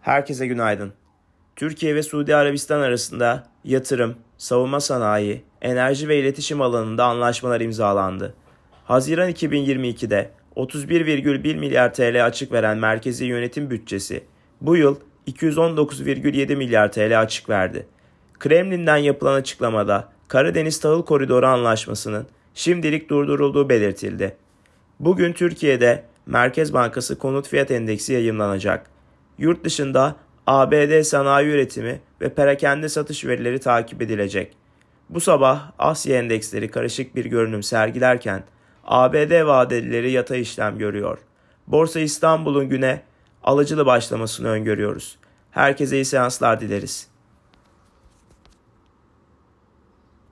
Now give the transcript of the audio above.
Herkese günaydın. Türkiye ve Suudi Arabistan arasında yatırım, savunma sanayi, enerji ve iletişim alanında anlaşmalar imzalandı. Haziran 2022'de 31,1 milyar TL açık veren merkezi yönetim bütçesi bu yıl 219,7 milyar TL açık verdi. Kremlin'den yapılan açıklamada Karadeniz Tahıl Koridoru Anlaşması'nın şimdilik durdurulduğu belirtildi. Bugün Türkiye'de Merkez Bankası Konut Fiyat Endeksi yayımlanacak. Yurt dışında ABD sanayi üretimi ve perakende satış verileri takip edilecek. Bu sabah Asya endeksleri karışık bir görünüm sergilerken ABD vadelileri yatay işlem görüyor. Borsa İstanbul'un güne alıcılı başlamasını öngörüyoruz. Herkese iyi seanslar dileriz.